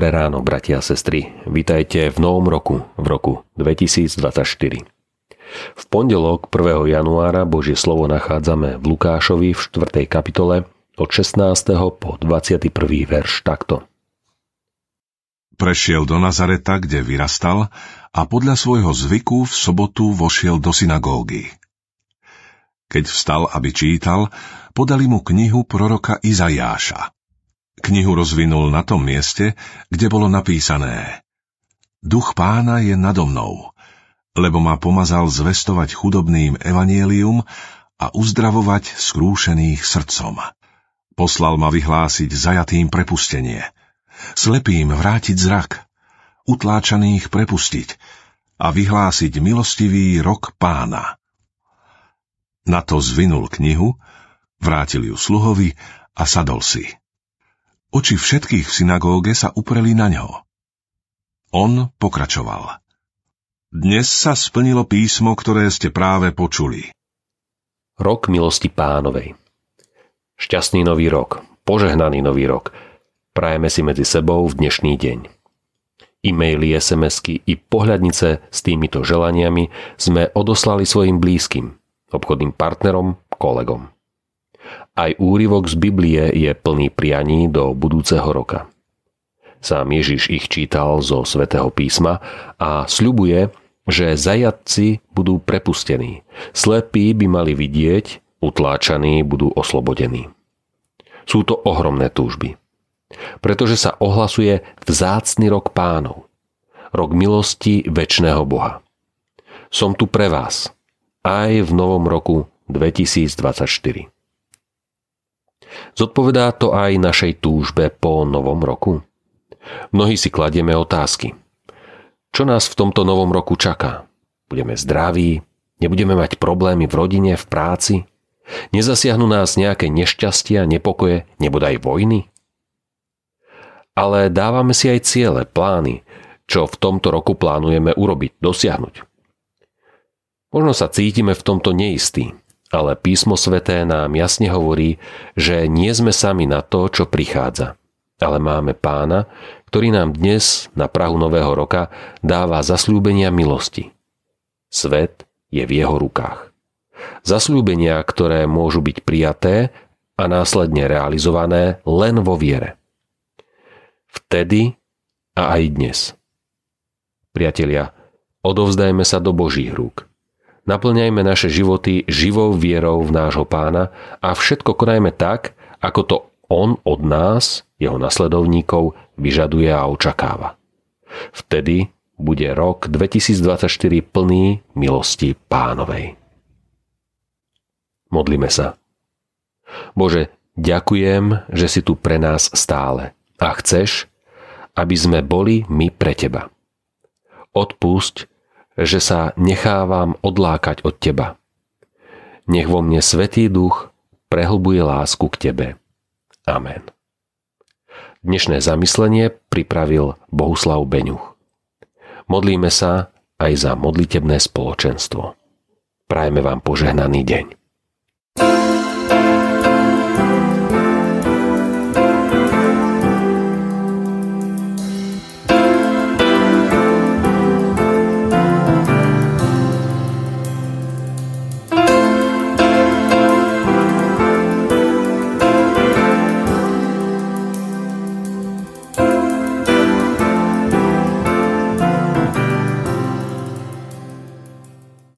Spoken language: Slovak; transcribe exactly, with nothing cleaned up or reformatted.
Dobré ráno, bratia a sestry. Vítajte v novom roku, v roku dvetisícdvadsaťštyri. V pondelok prvého januára Božie slovo nachádzame v Lukášovi v štvrtej kapitole od šestnásteho po dvadsiaty prvý verš takto. Prešiel do Nazareta, kde vyrastal, a podľa svojho zvyku v sobotu vošiel do synagógy. Keď vstal, aby čítal, podali mu knihu proroka Izajáša. Knihu rozvinul na tom mieste, kde bolo napísané: Duch Pána je nado mnou, lebo ma pomazal zvestovať chudobným evanjelium a uzdravovať skrúšených srdcom. Poslal ma vyhlásiť zajatým prepustenie, slepým vrátiť zrak, utláčaných prepustiť a vyhlásiť milostivý rok Pána. Na to zvinul knihu, vrátil ju sluhovi a sadol si. Oči všetkých v synagóge sa upreli na ňo. On pokračoval. Dnes sa splnilo písmo, ktoré ste práve počuli. Rok milosti Pánovej. Šťastný nový rok, požehnaný nový rok. Prajeme si medzi sebou v dnešný deň. E-maily, es em esky i pohľadnice s týmito želaniami sme odoslali svojim blízkym, obchodným partnerom, kolegom. Aj úryvok z Biblie je plný prianí do budúceho roka. Sám Ježiš ich čítal zo Svätého písma a sľubuje, že zajatci budú prepustení, slepí by mali vidieť, utláčaní budú oslobodení. Sú to ohromné túžby, pretože sa ohlasuje vzácny rok Pánov, rok milosti večného Boha. Som tu pre vás, aj v novom roku dvetisícdvadsaťštyri. Zodpovedá to aj našej túžbe po novom roku? Mnohí si kladieme otázky. Čo nás v tomto novom roku čaká? Budeme zdraví? Nebudeme mať problémy v rodine, v práci? Nezasiahnu nás nejaké nešťastia, nepokoje, nebodaj vojny? Ale dávame si aj ciele, plány, čo v tomto roku plánujeme urobiť, dosiahnuť. Možno sa cítime v tomto neistí, ale Písmo Sväté nám jasne hovorí, že nie sme sami na to, čo prichádza, ale máme Pána, ktorý nám dnes na prahu nového roka dáva zasľúbenia milosti. Svet je v jeho rukách. Zasľúbenia, ktoré môžu byť prijaté a následne realizované len vo viere. Vtedy a aj dnes. Priatelia, odovzdajme sa do Božích rúk. Naplňajme naše životy živou vierou v nášho Pána a všetko konajme tak, ako to On od nás, jeho nasledovníkov, vyžaduje a očakáva. Vtedy bude rok dvetisícdvadsaťštyri plný milosti Pánovej. Modlíme sa. Bože, ďakujem, že si tu pre nás stále a chceš, aby sme boli my pre Teba. Odpusť, že sa nechávam odlákať od Teba. Nech vo mne Svätý Duch prehlbuje lásku k Tebe. Amen. Dnešné zamyslenie pripravil Bohuslav Beňuch. Modlíme sa aj za modlitebné spoločenstvo. Prajeme vám požehnaný deň.